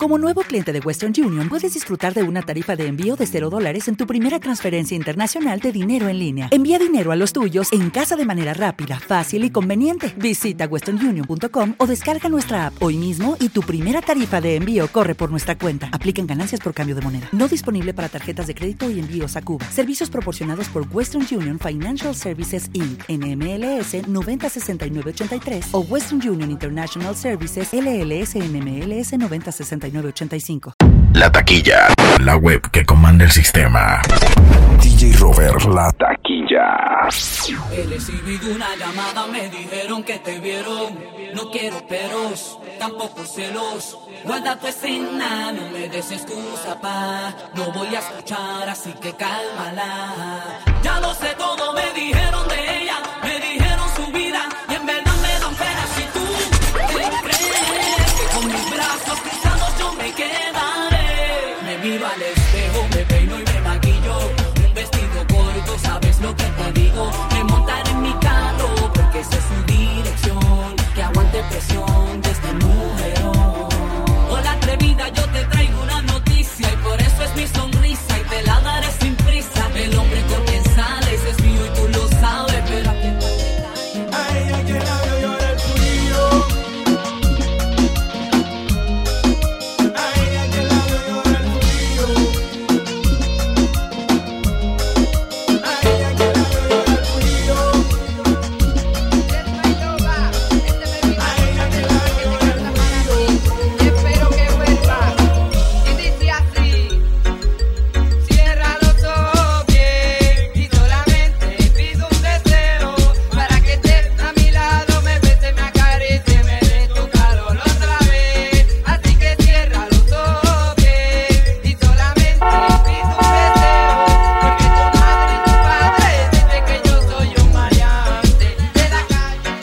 Como nuevo cliente de Western Union, puedes disfrutar de una tarifa de envío de $0 en tu primera transferencia internacional de dinero en línea. Envía dinero a los tuyos en casa de manera rápida, fácil y conveniente. Visita westernunion.com o descarga nuestra app hoy mismo y tu primera tarifa de envío corre por nuestra cuenta. Aplican ganancias por cambio de moneda. No disponible para tarjetas de crédito y envíos a Cuba. Servicios proporcionados por Western Union Financial Services Inc. NMLS 906983 o Western Union International Services LLS NMLS 906985. La taquilla, la web que comanda el sistema. DJ Robert, la taquilla. He recibido una llamada, me dijeron que te vieron. No quiero peros, tampoco celos. Guarda tu escena, no me des excusa, pa. No voy a escuchar, así que cálmala. Ya lo sé todo, me dijeron de ella, me dijeron su vida. Y en verdad me dan pena si tú te crees que con mis brazos cruzados yo me quedaré. Me miro al espejo, me peino y me maquillo. Un vestido corto, sabes lo que te digo. Me montaré en mi carro porque esa es su dirección. Que aguante presión de este mujerón. Hola atrevida, yo te traigo una noticia y por eso es mi sonrisa y te la daré sin prisa. El hombre con quien sales es mío y tú lo sabes, pero a quien no te cae. Ay, a quien labio llora el frío. Ay, a quien labio llora el frío. Ay, a quien labio llora el frío. Ay, a quien labio llora el frío. Y espero que vuelva. Y dice así: cierra los ojos bien y solamente pido un deseo para que estés a mi lado, me beses, me acaricies, me des tu calor otra vez. Así que cierra los ojos bien y solamente pido un deseo, porque tu madre y tu padre dicen que yo soy un maleante de la calle.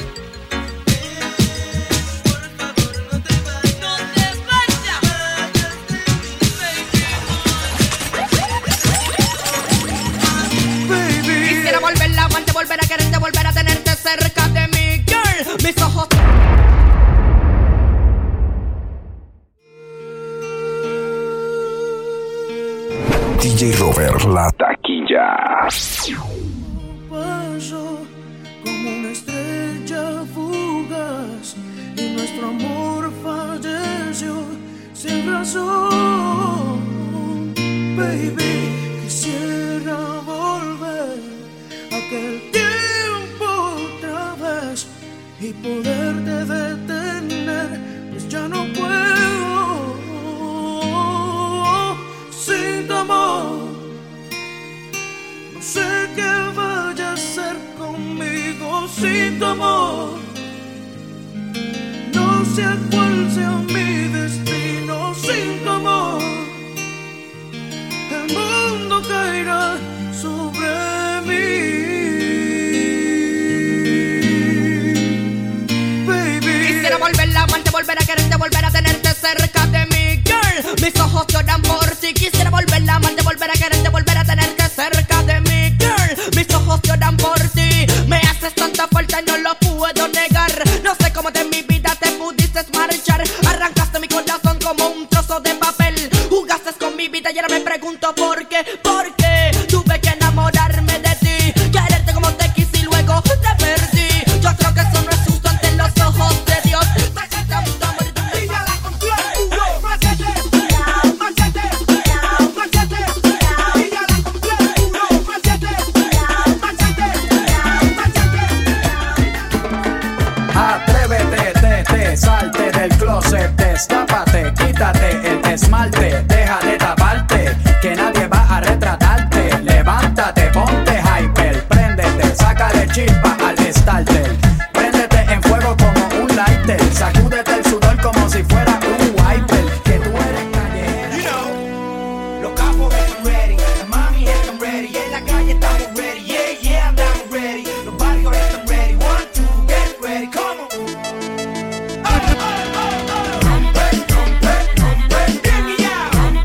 Quisiera volver a amarte, volver a quererte, volver a tenerte cerca de mí, girl. Mis ojos. DJ Robert, la taquilla. Pasó como una estrella fugaz y nuestro amor falleció sin razón. Baby, quisiera volver a aquel tiempo otra vez y poderte detener, pues ya no puedo sin tu amor. No sé qué vaya a hacer conmigo sin tu amor. No sé cuál sea mi destino sin tu amor. El mundo caerá sobre mí. Baby, Quisiera volver a amarte, volver a quererte, volver a tenerte cerca de mí, girl. Mis ojos lloran por ti. Quisiera volver a amarte, volver a quererte, volver a tenerte cerca de mí, girl. Mis ojos lloran por ti. Me haces tanta falta y no lo puedo negar. No sé cómo de mi vida te pudiste marchar. Arrancaste mi corazón como un trozo de papel. Jugaste con mi vida y ahora me pregunto por qué. ¿Por qué tuve que enamorarme de ti? Quererte como te quise y luego te perdí. Yo creo que eso no es justo ante los ojos de Dios. Atrévete, salte del closet, destápate, quítate el esmalte, deja de taparte, que nadie va a retratarte. Levántate, ponte hyper, préndete, sácale chispa al starter. Préndete en fuego como un lighter, sacúdete el sudor como si fuera un wiper, que tú eres callejero. you know, los capos están ready, las mami están ready, en la calle estamos ready, yeah, yeah, andamos ready, los barrios están ready, 1, 2, get ready, come on. Rompe, rompe, rompe, bien y ya.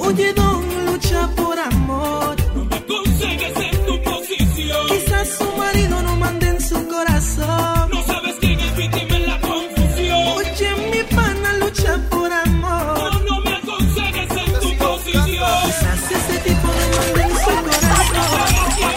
Oye, don, lucha por amor. No me consigues en tu posición. Quizás su marido no mande en su corazón. No sabes quién es víctima en la confusión. Oye, mi pana lucha por amor. No, no me aconsejes en tu posición. Quizás ese tipo no mande en su corazón.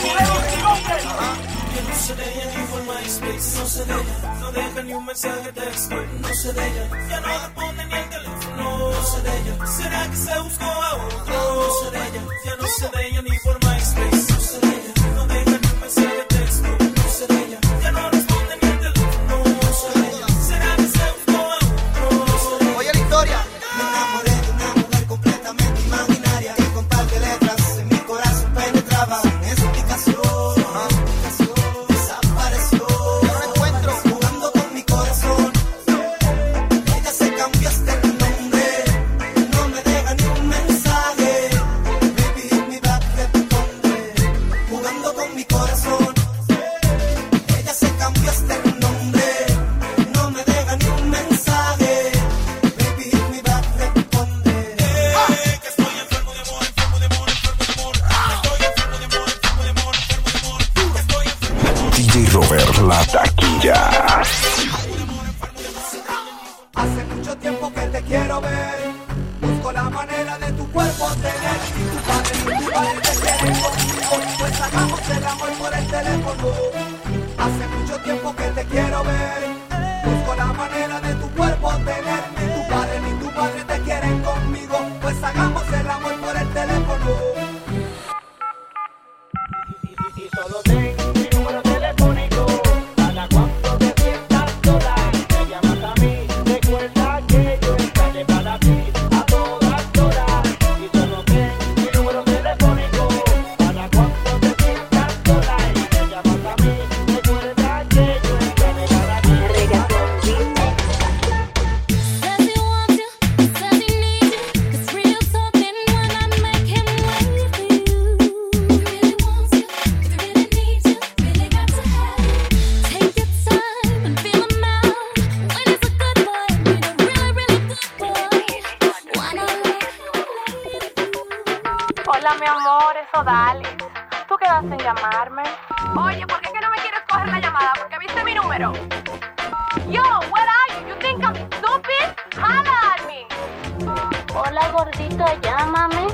Que no se de ella ni por MySpace. No se de ella, no deja ni un mensaje de texto. No se de ella, ya no responde ni el teléfono. No se de ella, será que se buscó a otro. No se de ella, ya no se de ella ni por MySpace. No se de ella, no deja ni un mensaje de texto. No se de ella, ya no responde ni el teléfono. No se de ella, será que se buscó a otro. Oye la historia. Me enamoré de una mujer completamente imaginaria que con par de letras en mi corazón penetraba. Sin explicación, desapareció. No la encuentro jugando con mi corazón. Ella se cambió hasta el nombre. No me deja ni un mensaje. Baby, hit me back, responde. Jugando con mi corazón. Ella se cambió hasta el nombre. No me deja ni un mensaje. Baby, hit me back, responde. Que estoy enfermo de amor, enfermo de amor, enfermo de amor. Estoy enfermo de amor, enfermo de amor, enfermo de amor. Estoy enfermo de amor. DJ Robert, la taquilla. Hace mucho tiempo que te quiero ver. Busco la manera de tu cuerpo tener. Y tu padre te quieren conmigo. Pues hagamos el amor por el teléfono. Hace mucho tiempo que te quiero ver. Busco la manera de tu cuerpo tener. Ni tu padre te quieren conmigo. Pues hagamos el amor por el teléfono. Y solo tengo mi número telefónico. Para cuando te sientas sola, me llamas a mí. Recuerda que yo estaré para ti a todas horas. Y solo tengo mi número telefónico. Para cuando te sientas sola, me llamas a mí. Recuerda que yo estaré para ti. Says he wants you, says he needs you. It's real talking when I make him wait for you. He really wants you, if he really needs you, really got to have you. Take your time and feel him out. When he's a good boy, he's a really, really good boy. Why not Hola, mi amor, eso Dalis. ¿Tú quedaste en llamarme? Oye, ¿por qué que no me quieres coger la llamada? ¿Porque viste mi número? Yo, where are you? You think I'm stupid? Holla at me. Hola, gordito, llámame.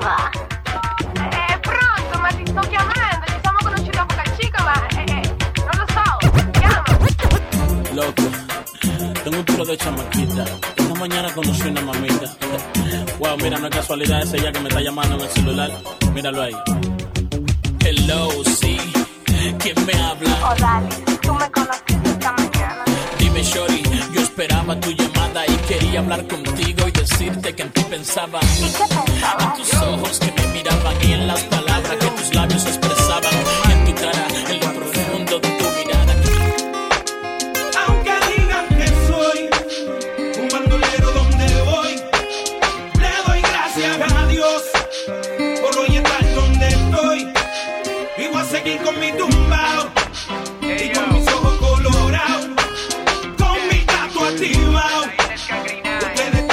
Pronto, ma ti sto chiamando. Ci siamo conosciuti a poca chica, ma non lo so. Chiama. Loco, tengo un tiro de chamaquita. Esta mañana conocí una mamita. Wow, mira, no es casualidad, es ella que me está llamando en el celular. Míralo ahí. Hello, sí. ¿Quién me habla? Oh, Dalis, tú me conociste esta mañana. Dime, shorty, yo esperaba tu llamada y quería hablar contigo y decirte que en ti pensaba. ¿Y qué pensabas? En tus ojos que me miraban y en las palabras que tus labios expresaban. Y en tu cara, en lo profundo de tu mirada. Aunque digan que soy un bandolero donde voy, le doy gracias a Dios por hoy estar donde estoy. Y voy a seguir con mi tumbao y con mis ojos colorados, con mi gato activado. Ustedes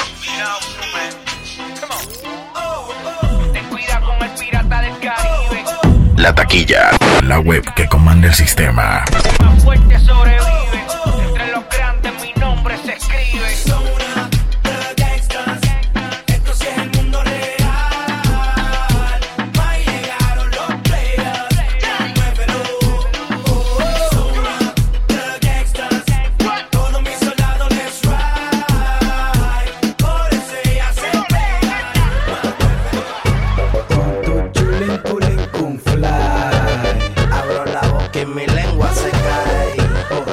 Ten cuidado con el pirata del Caribe. La taquilla, la web que comanda el sistema. Más fuerte sobrevive. Entre los grandes mi nombre se escribe. son una de gangsters. Esto sí es el mundo real. Ahí llegaron los players. Muévelo. Son una de gangsters. Todos mis soldados les ride. Por eso ella se pega. Con tu chulín, pulín, con fly. Abro la boca y mi lengua se cae.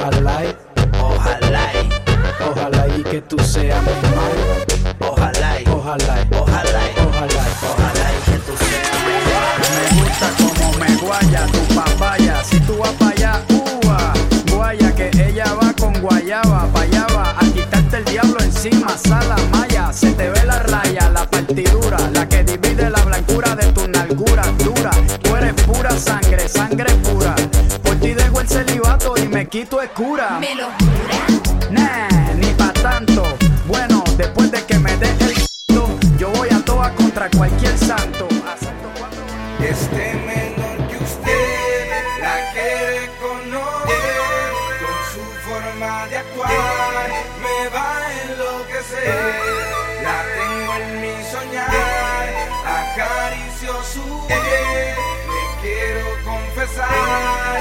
Ojalá y que tú seas mi mal. Ojalá y que tú seas mi mal. Me gusta como me guaya tu papaya. Si tú vas para allá, guaya que ella va con guayaba. Pa' allá va a quitarte el diablo encima. Sala maya, se te ve la raya, la partidura, la que divide la blancura de tu nalgura dura. Tú eres pura sangre, sangre pura. Por ti dejo el celibato y me quito el cura. ¿Me lo jura? Nah, ni pa' tanto. Bueno, después de que me dé el yo voy a toa con contra cualquier santo. Este menor que usted la quiere conocer, con su forma de actuar me va a enloquecer. La tengo en mi soñar, acaricio su piel, le quiero confesar.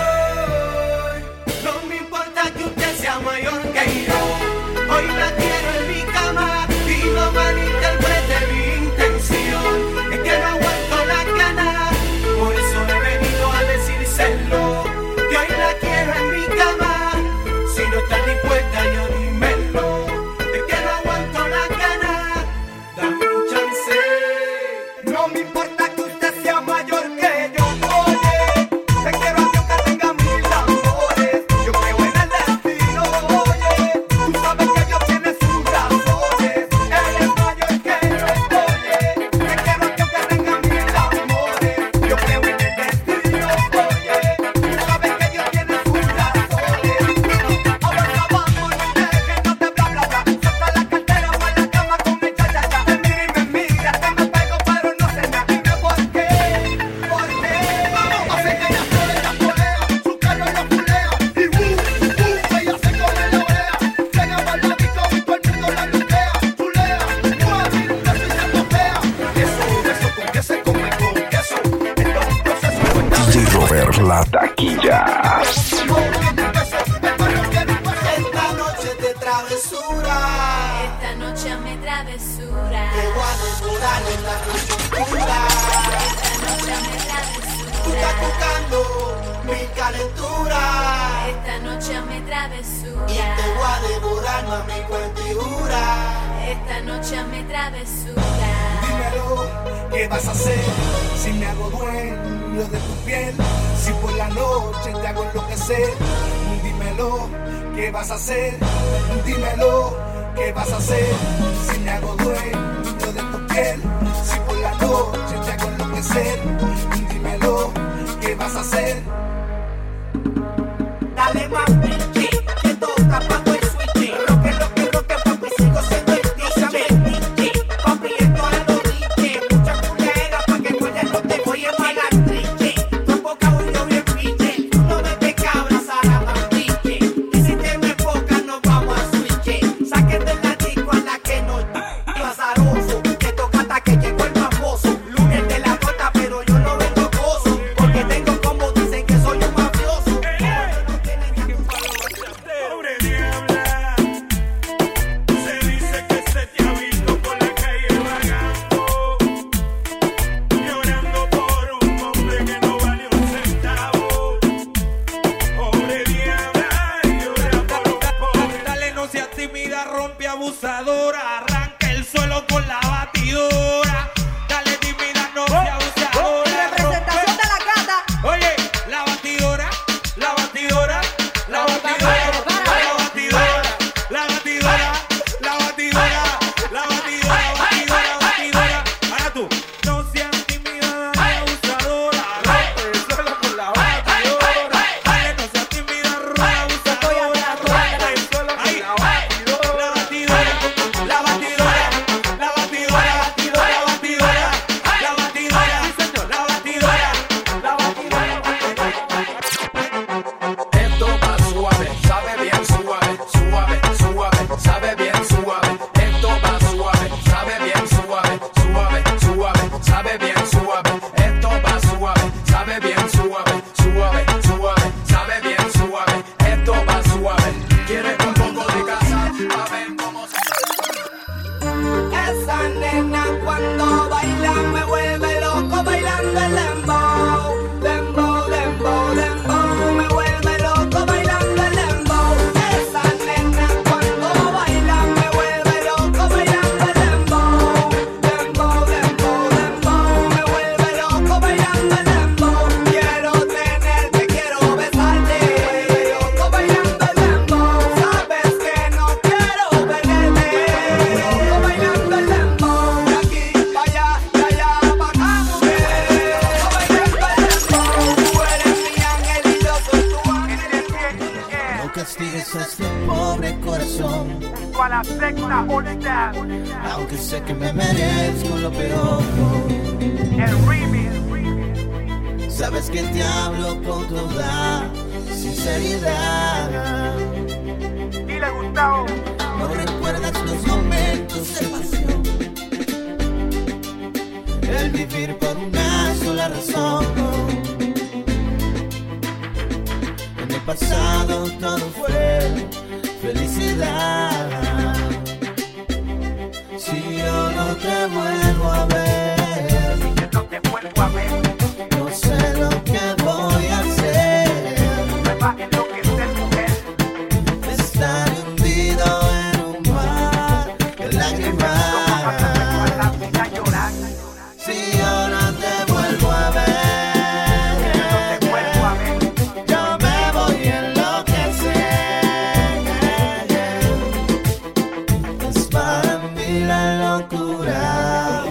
No me importa que usted sea mayor que yo, hoy la quiero en mi cama y no malinterprete mi intención. Es que no aguanto la gana, por eso he venido a decírselo, que hoy la quiero en mi cama. Si no estás dispuesta yo dímelo, es que no aguanto la gana, dame un chance. No me importa que usted sea mayor que yo, oye, te quiero a Dios que tenga mil amores. Yo creo en el destino, oye, tú sabes que Dios tiene sus razones. Él es mayor que yo, oye, te quiero a Dios que tenga mil amores. Yo creo en el destino, oye, tú sabes que Dios tiene sus razones. Ahora vamos, no dejes, no te bla bla bla. Suelta la cartera o a la cama con el cha cha cha. Te miro y me mira, te me pego pero no sé nada. Dime por qué, vamos a hacer que ella polea, su carro ella fulea y ella se come la orea. Llegamos al labito y todo el mundo la lutea, chulea, mueve, que soy siendo fea. Eso con que se come con queso, esto es un proceso. DJ Robert, la taquilla. Esta noche de travesura, Esta noche me travesura. te voy a devorar en la noche oscura. Esta noche me Tú estás travesura. tocando mi calentura Esta noche me y travesura. te voy a devorar, mami, cuentijura. Esta noche me travesura. Dímelo, ¿qué vas a hacer si me hago dueño de tu piel? Si por la noche te hago enloquecer. Dímelo, ¿qué vas a hacer? Dímelo, ¿qué vas a hacer si me hago dueño de tu piel? Si por la noche te hago enloquecer. Dímelo, ¿qué vas a hacer? Dale más pinche, que toca pago el switch. Roque, papi, sigo siendo el DJ. Papi, esto es lo diche. Mucha culera pa' que mueras, no te voy a pagar triche. Tu boca huyó bien piche, tú no ves cabras a la bandiche. Y si te me enfocas, nos vamos a switch. Saquen de la disco a la que no azaroso. Te toca hasta que llegó el famoso. Lunes de la gota, pero yo no vengo gozo. Porque tengo como dicen que soy un mafioso. Pobre diabla, se dice que se te ha visto por la calle vagando, llorando por un hombre que no vale un centavo. Pobre diabla, llora por un pobre. Dale, no seas tímida, rompe abusadora. Arranca el suelo con la batidora. Dale, tímida, no seas abusadora. Representación de la gata. Oye, la batidora, la batidora, la batidora, la batidora, la batidora, la batidora, la batidora, batidora, batidora. Ahora tú, no seas tímida, dale, abusadora. Rompe el suelo con la batidora. Dale, no seas tímida, abusadora. Rompe el suelo con la batidora. La batidora, la batidora, la batidora, batidora, batidora, la batidora, la batidora, la batidora. Esto va suave, sabe bien suave, suave, suave, sabe bien suave. Esto va suave, sabe bien suave, suave, suave, sabe bien suave. Esto va suave, sabe bien suave, suave, suave, sabe bien suave. Esto va suave. ¿Quieres un poco de casa? A ver cómo se... Esa nena cuando baila me vuelve loco bailando el dembow. Dembow, dembow, dembow, me vuelve loco bailando el dembow. Esa nena cuando baila me vuelve loco bailando el dembow. Dembow, dembow, dembow, me vuelve loco bailando el dembow. Quiero tenerte, quiero besarte, me vuelve loco bailando el dembow. Sabes que no quiero perderte, loco bailando el dembow. De aquí pa' allá, de allá pa' acá, mujer, loco bailando el dembow. Tú eres mi ángel y yo soy tu ángel. No castigues a este pobre corazón, a la secta All-Star. Aunque sé que me merezco lo peor. El remix. Sabes que te hablo con toda sinceridad. Dile, Gustavo. No recuerdas los momentos de pasión, el vivir por una sola razón. En el pasado todo fue felicidad. Si yo no te vuelvo a ver, no te vuelvo a ver, no sé lo que voy a hacer. me va a enloquecer, mujer. Estar hundido en un mar de lágrimas. Si yo no te vuelvo a ver, yo me voy a enloquecer. Es para mí la locura.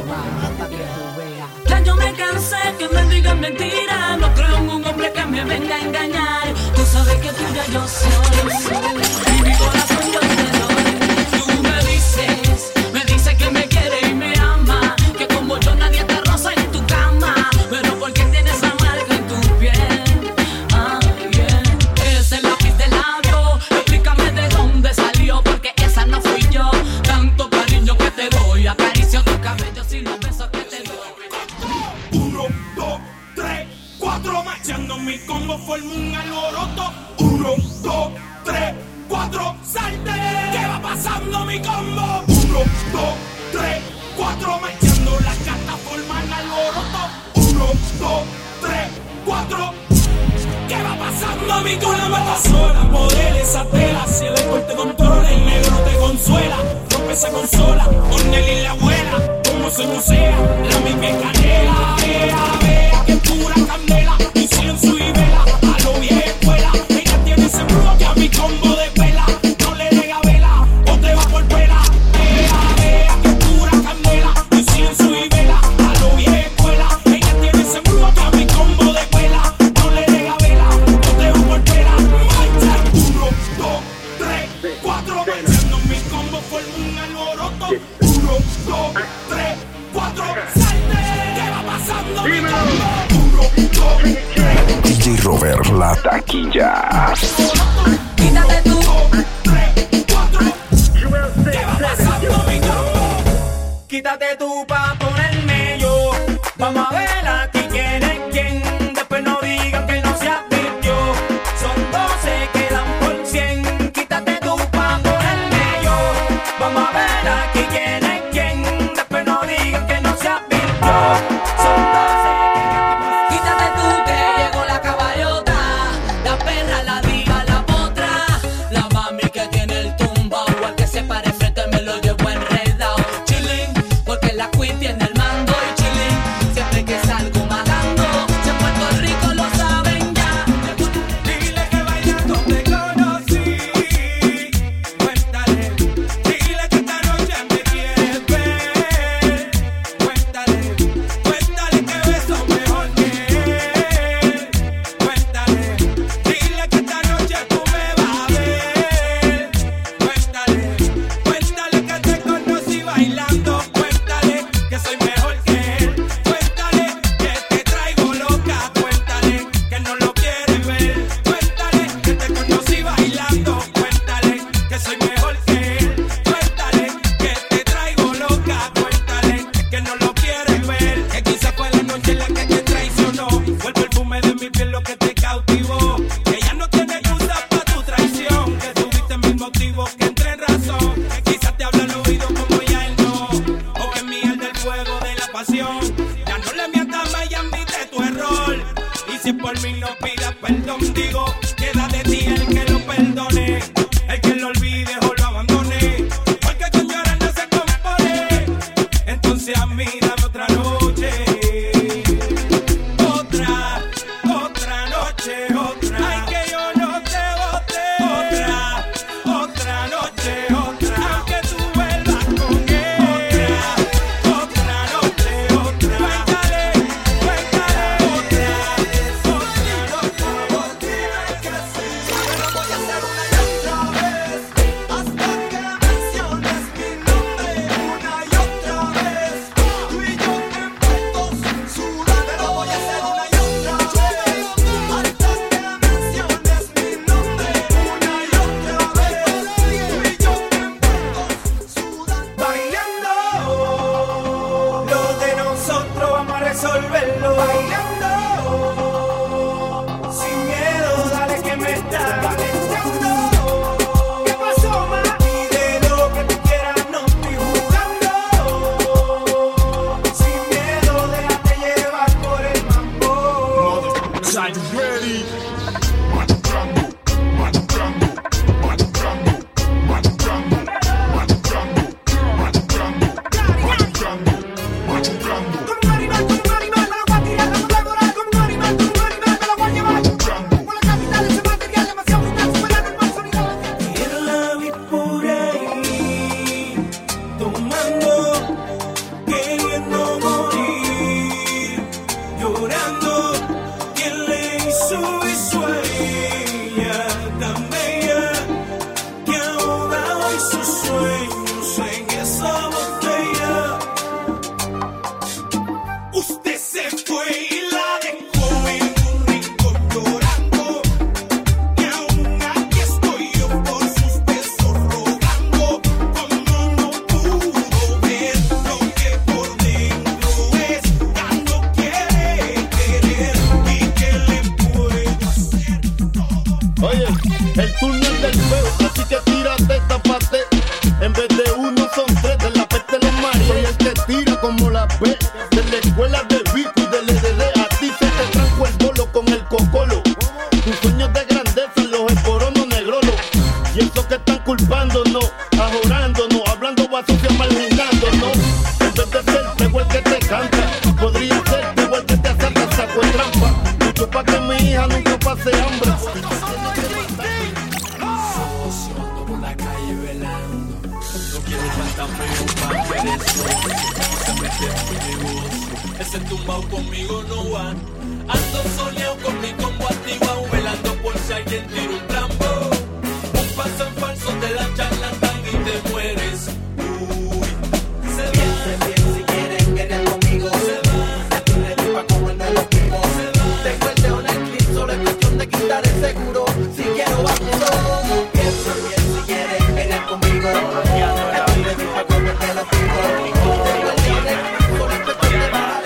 Ya yo me cansé que me digan mentiras. No creo en un hombre que me venga a engañar. Tú sabes que tuya yo soy. Y mi corazón yo te doy. Tú me dices que me quieres y me ama. Que como yo nadie te roza en tu cama. Pero ¿por qué tienes esa marca en tu piel? Ah, yeah. Ese lápiz de labio, explícame de dónde salió. Porque esa no fui yo. Tanto cariño que te doy. Acaricio tu cabello sin los besos que te doy. 1, 2, 3, 4, marchando mi combo forma un alboroto. 1, 2, 3, 4, salte. ¿Qué va pasando mi combo? 1, 2, 3, 4, marchando las cartas forman alboroto. 1, 2, 3, 4. ¿Qué va pasando mi combo? Una mata sola, modela esa tela. Si el alcohol te controla, el negro te consuela. Rompe esa consola, con él y la abuela. Como se musea, la misma canela. Vea que pura candela, incienso y vela. A lo vieja escuela, ella tiene ese bloque a mi combo de vela. No le deja vela, o te va por vela. Vea que pura candela, incienso y vela. A lo vieja escuela, ella tiene ese bloque a mi combo de vela. No le deja vela, o te va por vela. Marcha 1, 2, 3, 4, marchando mi combo forma un alboroto. 1, 2, 3, 4, salte. ¿Qué va pasando mi combo? 1, 2, 3. DJ Robert, la taquilla. Quítate tú. 3, 4. ¿Qué va pasando mi combo? Quítate tú pa' ponerme yo. Vamos a ver aquí quién es quién. Después no digan que no se advirtió. Son 12, quedan por 100. Quítate tú pa' ponerme yo. Vamos a ver aquí quién es quién. Después no digan que no se advirtió. Son 12, quedan por 100. Quítate tú que llegó la caballota. La perra, la diva, la potra. La mami que tiene el tumbao. Al que se pare frente me lo llevo enredado. Chilling, porque la queen tiene el mando. Y chilling, siempre que salgo matando. Si en Puerto Rico lo saben ya. Dile que bailando te conocí. Cuéntale, dile que esta noche me quieres ver. Cuéntale, cuéntale que beso mejor que él. Cuéntale, dile que esta noche tú me vas a ver. Cuéntale, cuéntale que te conocí bailando. Cuéntale que soy mejor que él. Cuéntale que te traigo loca. Cuéntale que no lo quieres ver. Cuéntale que te conocí bailando. Cuéntale que soy mejor que él. Cuéntale que te traigo loca. Cuéntale que no lo quieres ver. Que quizá fue la noche en la que te traicionó. Fue el perfume de mi piel lo que te cautivó. Que ya no tiene excusa para tu traición. Que tuviste mil motivos que entre en razón. Que quizás te habla al oído como ya él no. O que mía el del fuego de la pasión. Ya no le mientas más y admite tu error. Y si por mí no pidas perdón, digo, queda de ti el que lo perdone. El que lo olvide o lo abandone. Porque con llorar no se compone. Entonces a mí dame otra noche. Otra noche, otra. Ay, que yo no te bote. Otra noche, otra. Aunque tú vuelvas con él. Otra noche, otra. Cuéntale, cuéntale, otra noche. resolverlo. Bailando, sin miedo, dale que me está calentando. ¿Qué pasó, ma? Pide lo que tú quieras, no estoy jugando. Sin miedo, déjate llevar por el mambo. Are you ready? El túnel del feo, así que tírate, tapate. En vez de uno son tres, de la peste los mareos. Soy el que tira como la B, de la escuela de Vico y del EDD. A ti se te tranco el bolo con el cocolo. Tus sueños de grandeza, los esporonos negrolo. Y esos que están culpándonos, ajorándonos, hablando basofia, marginándonos. En vez de ser igual que te canta, podría ser igual que te asalta, saco en trampa. Mucho pa' que mi hija nunca pase hambre. Ese tumbao conmigo no va. Ando soleado con mi combo activado, velando por si alguien tira un trampo. Un paso en falso te da charlatán y te mueres. Uy, se va. Piensen bien si quieren querer conmigo. Se va. Estoy ready pa' comerme los pibos. Se va. Tengo el dedo en el clip, solo es cuestión de quitar el seguro. Si quiero vacuno. Piensen bien si quieren querer conmigo. Estoy ready pa' comerme los pibos. Tengo el dedo en el clip, solo es cuestión de bajar.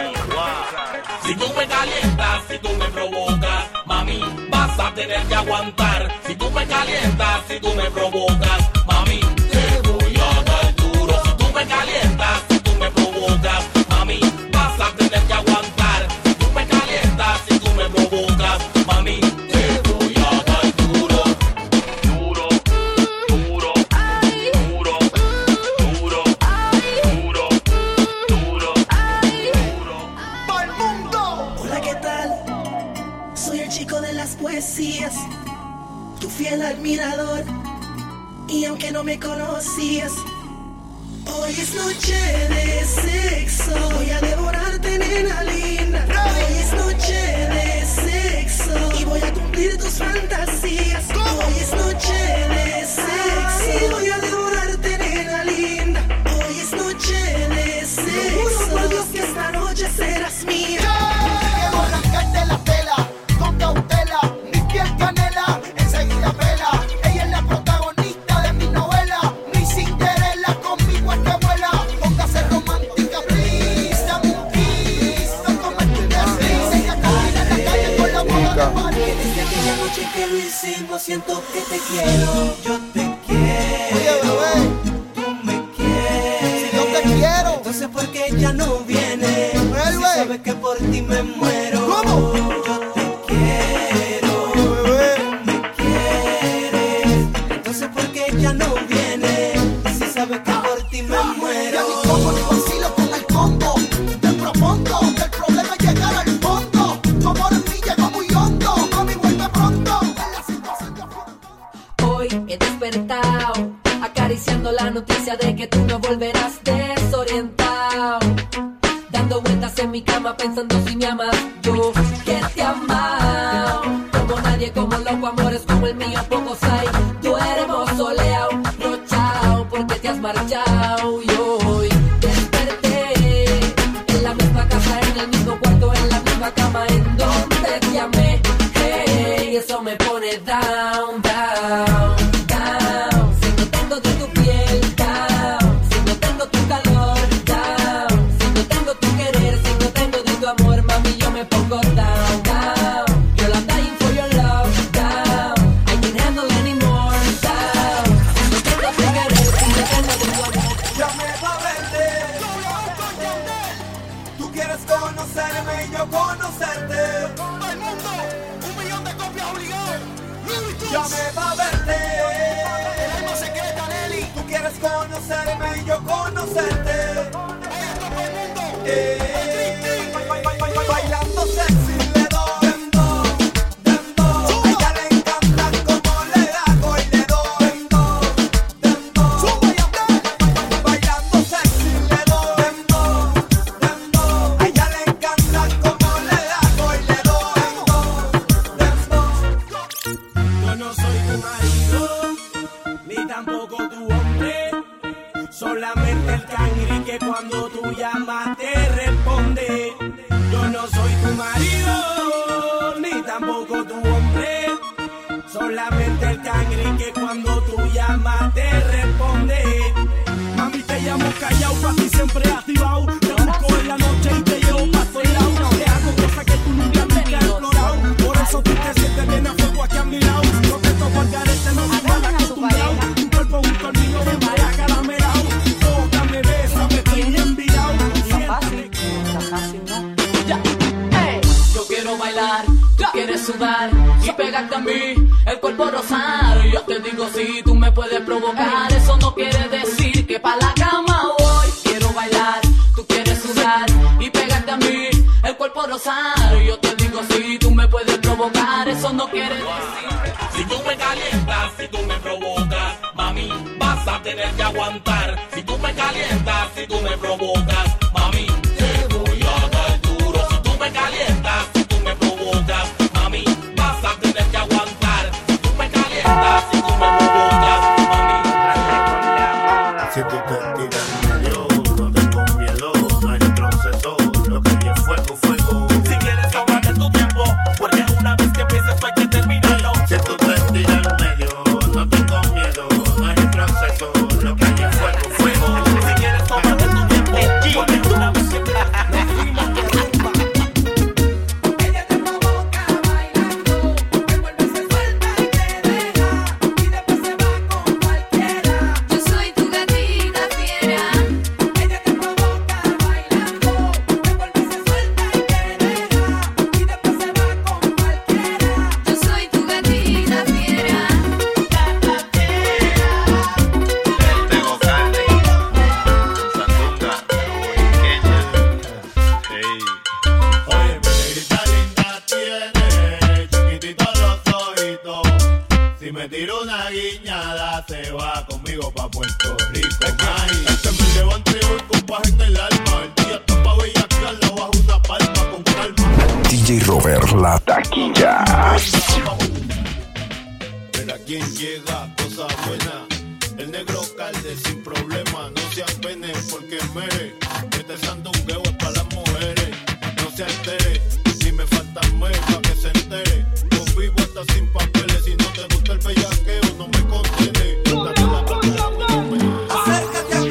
Si tú me calientas, si tú me provocas, mami, vas a tener que aguantar. Si tú me calientas, si tú me provocas, mami, te voy a dar duro. Si tú me calientas, si tú me provocas, mami, vas a tener que aguantar. Si tú me calientas, si tú me provocas, mami, te voy a dar duro. Duro, duro, duro, duro, duro, duro, duro. ¡Pa'l mundo! Hola, ¿qué tal? Soy el chico de las poesías, tu fiel admirador. Y aunque no me conocías, hoy es noche de sexo. Voy a devorarte, nena linda. Hoy es noche de sexo y voy a cumplir tus fantasías. Hoy es noche de sexo y voy a devorarte, nena linda. Hoy es noche de sexo. Por Dios que esta noche serás mía. Quiero arrancarte la tela con cautela, mi piel canela, enseguida pela. Ella es la protagonista de mi novela, mi Cinderella, conmigo es que vuela. Póngase romántica, please, dame un kiss, no comas tu desliz. Ella camina en la calle con la boca de París. Desde aquella noche que lo hicimos siento que te quiero. Yo te quiero. Oye, bebé, Tú me quieres. si yo te quiero, Entonces ¿por qué ya no vienes? Si vuelve. sabes que por ti me muero. ¿Cómo? Yo te quiero. Bebé, Me quieres. Entonces ¿por qué ya no vienes? Si sabes que por ti me muero. ya ni como ni vacilo con el combo. Te propongo que el problema es llegar al fondo. Tu amor en mí llegó muy hondo. Mami, vuelve pronto. En la situación de Hoy he despertado acariciando la noticia de que tú no volverás desorientado, dando vueltas en mi cama pensando si me amas. Yo que te amado como nadie, como loco, amores como el mío pocos hay. Tú eres soleado, rochao, porque te has marchado. Y hoy desperté en la misma casa, en el mismo cuarto, en la misma cama en donde te amé. Hey, eso me pone down, down, down. Si no tengo de tu piel, down. Si no tengo tu calor, down. Si no tengo tu querer, si no tengo conocerme y yo conocerte. Todo el mundo, 1 millón de copias obligadas. Llamé pa' verte. El alma secreta, Nelly. Tú quieres conocerme y yo conocerte. Todo el mundo. Bailando sexy le doy dembow, dembow. A ella le encanta como le hago y le doy dembow, dembow. Bailando sexy le doy dembow, dembow. A ella le encanta como le hago y le doy dembow, dembow. Yo no soy tu marido, ni tampoco tu hombre. Solamente el cangri que cuando tú llamas te responde. Yo no soy tu marido, ni tampoco tu hombre. Solamente el cangri que cuando tú llamas te responde. Mami, te llamo callao, pa' ti siempre activado. Te busco en la noche y te llevo pa' todos lados. Te hago cosas que tú nunca has explorado. Por eso tú te sientes bien a fuego aquí a mi lado. No te toco al garete, no me mal acostumbrado. Tu cuerpo junto al mío me vaya caramelado. Tócame, bésame, estoy bien virado. Yo quiero bailar, tú quieres sudar y pegarte a mí, el cuerpo rosar. Yo te digo si tú me puedes provocar, eso no quiere decir que pa' la cama voy. Quiero bailar, tú quieres sudar y pegarte a mí, el cuerpo rosar. Yo te digo si tú me puedes provocar, eso no quiere decir. Si tú me calientas, si tú me provocas, mami, vas a tener que aguantar. Si tú me calientas, si tú me provocas, mami, te voy a dar duro. Si tú me calientas, si tú me provocas, mami, vas a tener que aguantar. Si tú me calientas, si tú me provocas, mami. Si tú te tiras medio, no tengo miedo, no hay retroceso, lo que hay es fuego, fuego. Si quieres tómate tu tiempo, porque una vez que empieces hay que terminarlo. Si tú te tiras medio, no tengo miedo, no hay retroceso, lo que hay es fuego, fuego. Si quieres tómate tu tiempo, porque una vez que Yo soy tu gatita fiera. Ella te provoca bailando, te vuelve se suelta y te deja, y después se va con cualquiera. Yo soy tu gatita fiera. Tengo carne, sandunga, borinqueña. Ey. Oye, mi negrita linda tiene chiquititos los ojitos. Si me tiro una guiñada, se va conmigo pa' Puerto Rico. Ay, se me levanta y voy con paz en el alma. El día está pa' bellaquearla bajo una palma con calma. DJ Robert, la taquilla. Pero a quien llega, cosa buena. El negro calde sin problema. No se apene porque mere. Este sandungueo es para las mujeres. No se altere, si me faltan mes pa' que se entere. Yo vivo hasta sin papeles. Si no te gusta el bellaqueo, no me condene. Acércate a mí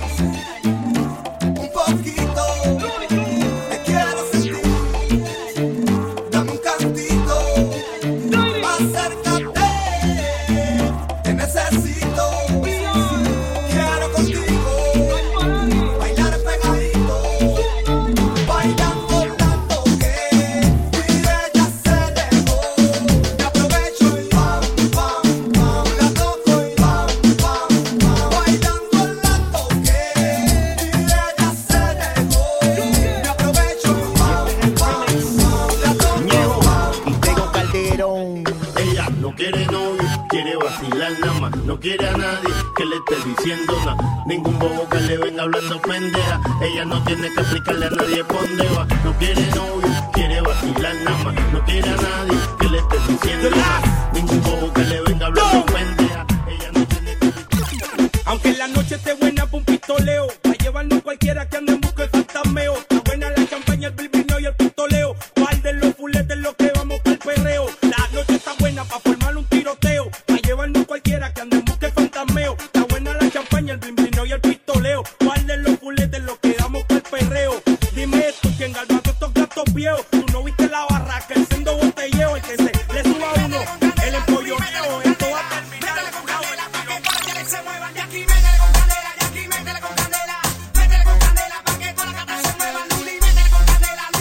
un poquito, te quiero sentir, dame un cantito, acércate, te necesito, quiero contigo, bailar pegadito, bailando tanto que mi ella se dejó, me aprovecho y pam, pam, pam, la toco y pam, pam, pam, bailando tanto que mi ella se dejó, me aprovecho y pam, pam, pam, la toco, Y tengo Calderón. Ella no quiere novio, quiere vacilar nada más. No quiere a nadie que le esté diciendo nada. Ningún bobo que le venga hablando pendeja. Ella no tiene que explicarle a nadie por dónde va. No quiere novio, quiere vacilar nada más. No quiere a nadie que le esté diciendo nada. Ningún bobo que le venga hablando pendeja. Ella no tiene que Aunque en la noche esté buena pa' un pistoleo, pa' llevarnos cualquiera que ande en busca de fantasmeo. Está buena la champaña, el bilbineo y el pistoleo. Guarden los fuletes los que vamos pa'l perreo. La noche está buena pa' formar un tiroteo, pa' llevarnos cualquiera que ande en busca de fantasmeo. Está buena la champaña, el bilbineo y el pistoleo. Guarden los fuletes los que damos pa'l perreo. Dime esto, ¿quién galvando estos gatos viejos? Tú no viste la barraca, el sendo botelleo, el que se le suba a uno, el empolloneo. Esto va a terminar. se muevan de aquí, métele con candela, de aquí, métele con candela, métele con candela, pa' que toda la gata se mueva, Luli, métele con candela,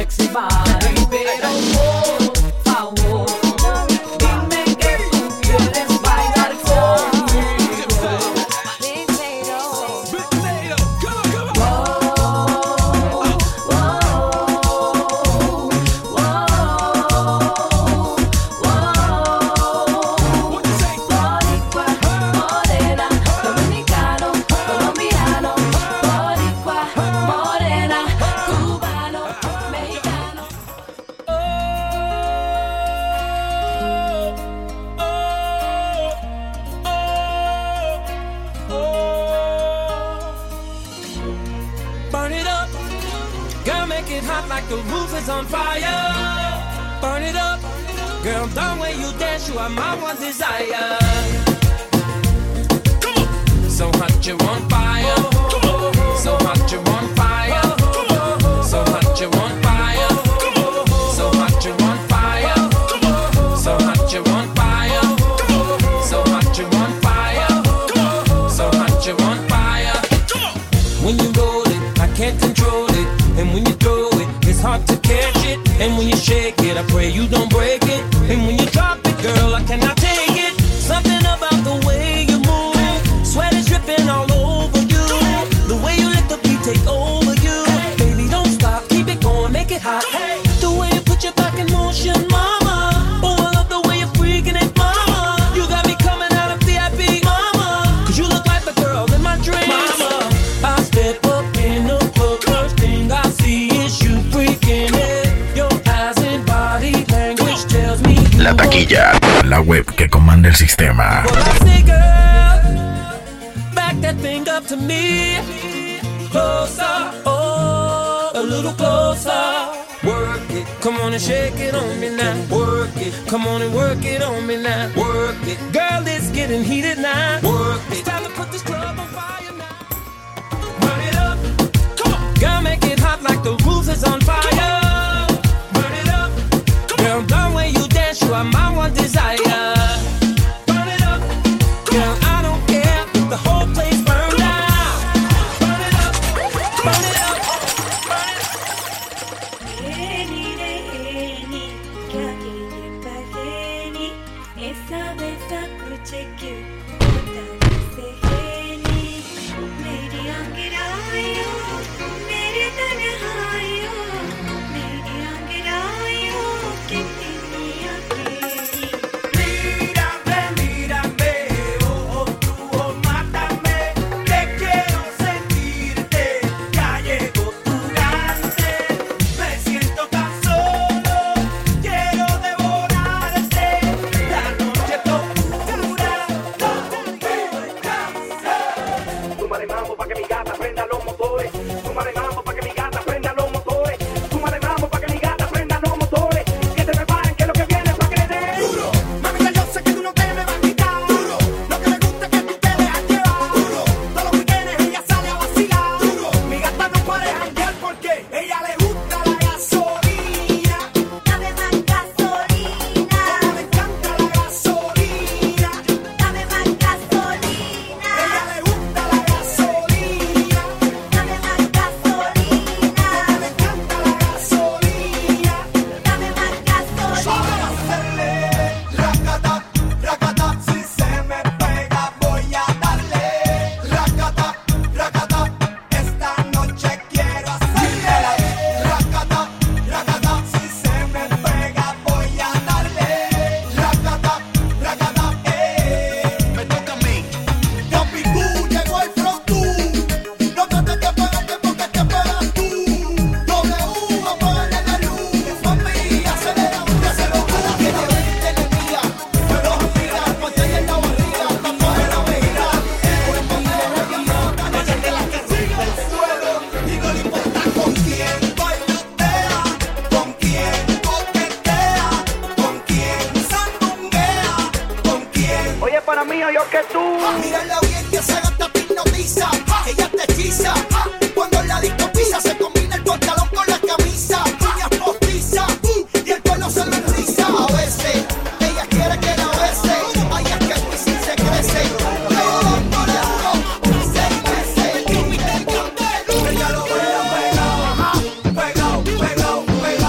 sexy body. Pero por favor, dime que tú quieres bailar conmigo. Big Beto, morena, dominicano, colombiano, boricua, morena, cubano, mexicano. Burn it up, girl, make it hot like the roof is on fire. Burn it up, girl, the way you dance, you are my one desire. So hot you're on fire, so hot you're on fire, so hot you're on fire, so hot you're on fire, so hot you're on fire, so hot you're on fire, so hot you're on fire. When you roll it, I can't control it, and when you throw it, it's hard to catch it. And when you shake it, I pray you don't break it. And when you drop it, girl, I cannot take it. Something about the way you move, sweat is dripping all over you. The way you let the beat take over you, baby, don't stop, keep it going, make it hot. The way you put your back in motion, mama. Oh, I love the way you're freaking it, mama. You got me coming out of VIP, mama. Cause you look like the girl in my dreams, mama. I step up in the club, first thing I see is you freaking it. Your eyes and body language tells me you La Taquilla, la web que comanda el sistema. Well, I say, girl, back that thing up to me. Closer, oh, a little closer. Work it, come on and shake it on me now. Work it, come on and work it on me now. Work it, girl, it's getting heated now. Work it, it's time to put this club on fire now. Burn it up, come on, girl, make it hot like the roof is on fire. Burn it up, girl, the way you dance, you are my one desire. Burn it up, girl, I don't care if the whole place burn down. Burn it up, burn it up, burn it up. mío, yo que tú. Mírala bien que se gasta hipnotiza. Ella te hechiza. Cuando la disco pisa, se combina el pantalón con la camisa. Uñas postizas y el pelo se le enriza. A veces, ella quiere que la bese. Ay, es que el misil se crece. Ella lo vea pegado, pegado, pegado, pegado.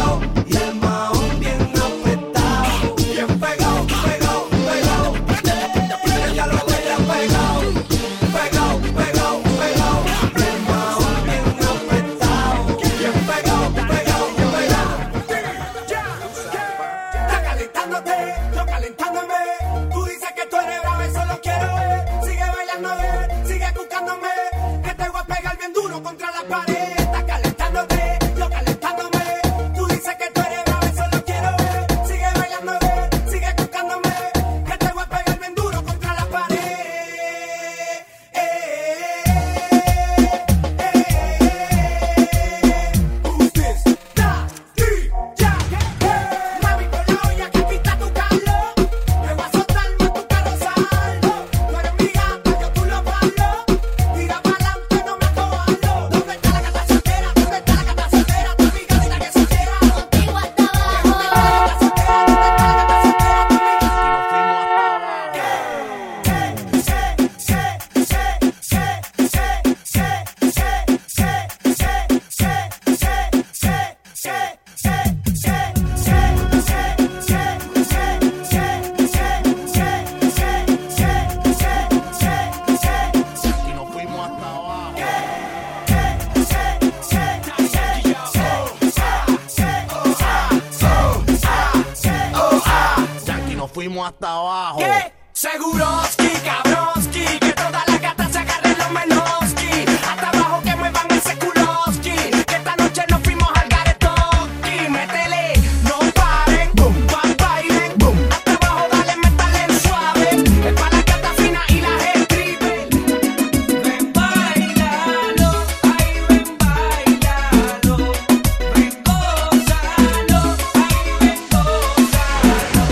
fuimos hasta abajo. ¿Qué? Seguroski, cabroski, que todas las gatas se agarren los meloski. Hasta abajo que muevan ese culoski, que esta noche nos fuimos al garetoski. Métele, no paren, boom, bailen, boom. Hasta abajo dale, métale suave. Es para la gata fina y la stripper. Ven, bailalo, ay, ven, bailalo. Ven, gózalo, ay, ven, gózalo.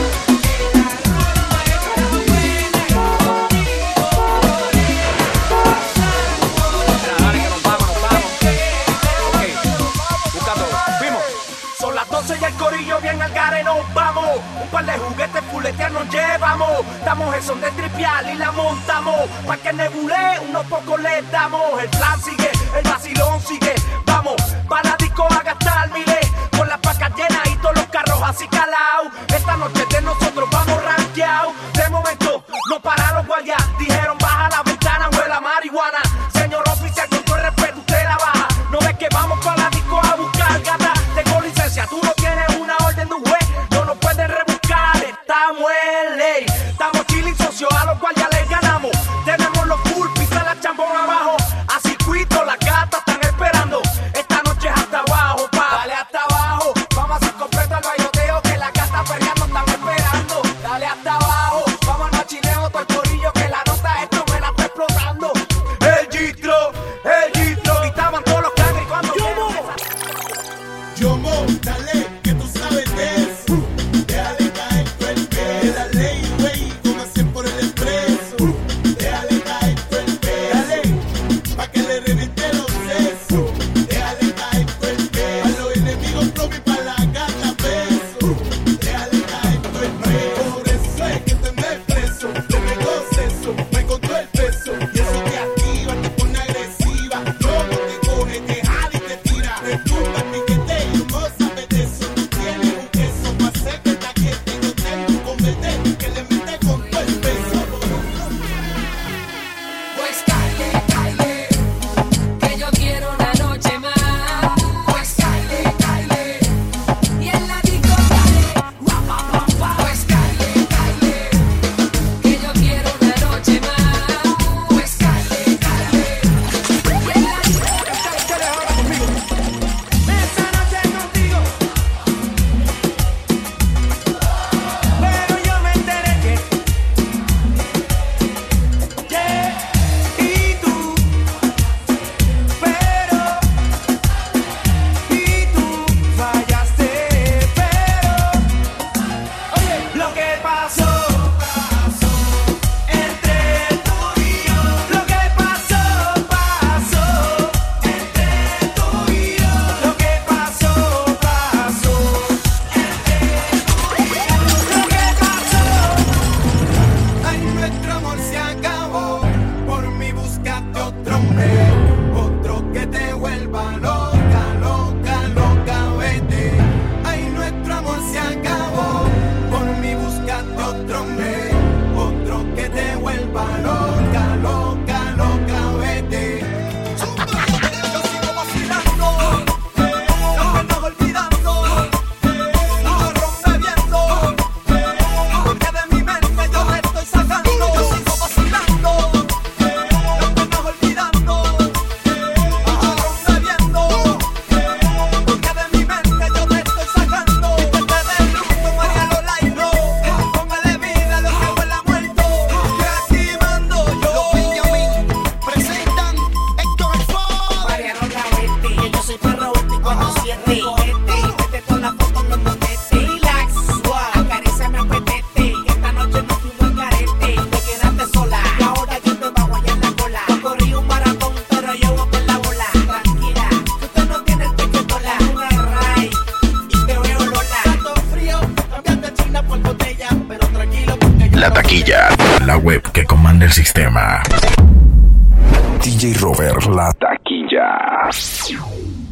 Son las 12 y el corillo bien al gare nos vamos. Un par de juguetes fuletear nos llevamos. Damos el son de tripial y la montamos. Pa' que nebule unos pocos le damos. El plan sigue, el vacilón sigue. Vamos, para la disco a gastar miles. Con las pacas llenas y todos los carros así calados. Esta noche de nosotros vamos rankeados. De momento no para los guayas. Dijeron baja la ventana, huele a marihuana. Señor oficial, con todo el respeto usted la baja. No ves que vamos con la disco a buscar gata. Tengo licencia, tú no tienes una orden de un juez. No nos pueden rebuscar, estamos en ley. Estamos chilling, socio, a los guayas les ganamos. Tenemos los full, pisa la chambón abajo. A circuito, las gatas están esperando. Esta noche es hasta abajo, pa. Dale hasta abajo, vamos a hacer completo el bailoteo. Que las gatas perreando están esperando. Dale hasta abajo, vamos al machineo, todo el corillo. Que la nota esto me la está explotando. El Gistro, gritaban todos los cangres cuando Yomo, dale, que tú sabes de eso. Déjale caer tu el pelo. Dale, güey, como hacen por el expreso. Déjale caer tu el pelo. Dale, pa' que le reviente los sesos. Déjale caer tu el pelo. A los enemigos propios y pa' la gata beso. Déjale caer tu el pelo. Por eso es que te me preso. Te me goceso, me con todo el peso. Y eso te activa, te pone agresiva. Luego te coge, te jala y te tira. Te tumba el piquete y no sabes de eso. Tú tienes un queso pa' hacer que te aquiete. Yo tengo un comete que le mete con todo el peso. Pues caile, caile, que yo quiero una noche más. Pues caile, caile, y en la disco caile, guapa, guapa. Pues caile, caile, que yo quiero una noche más. Pues caile, caile, y en la disco conmigo. Esta noche contigo. Pero yo me enteré que y tú, pero y tú fallaste, pero oye, lo que pasó entre tú y yo, lo que pasó entre tú y yo, lo que pasó lo que pasó. Ay, nuestro amor se acabó. Por mí buscaste otro hombre, otro que te vuelva loca, loca, loca, vete. Ay, nuestro amor se acabó. Por mí buscaste otro hombre, otro que te vuelva loca, loca, loca, vete. Yo sigo vacilando, no me estás olvidando, arroz bebiendo, porque de mi mente yo me estoy sacando. Yo sigo vacilando, no me estás olvidando, arroz bebiendo, porque de mi mente yo me estoy sacando. Y que te den luto, María Lola y no, póngale vida a lo que huele a muerto, que aquí mando yo. Los Benjamin presentan Héctor el Ford. María Lola vete, yo soy perro vete cuando siete. Vete con la foto no monete. Relax, acaríciame apetete. Esta noche no fuimos al garete. Te quedaste sola, y ahora yo te bajo allá en la cola. Yo corrí un maratón, pero yo voy por la bola. Tranquila, que usted no tiene el piquetola. Una ray, y te veo Lola. Tanto frío, cambiaste China por botella. Pero tranquilo porque yo La Taquilla, la web que comanda el sistema. DJ Robert, La Taquilla.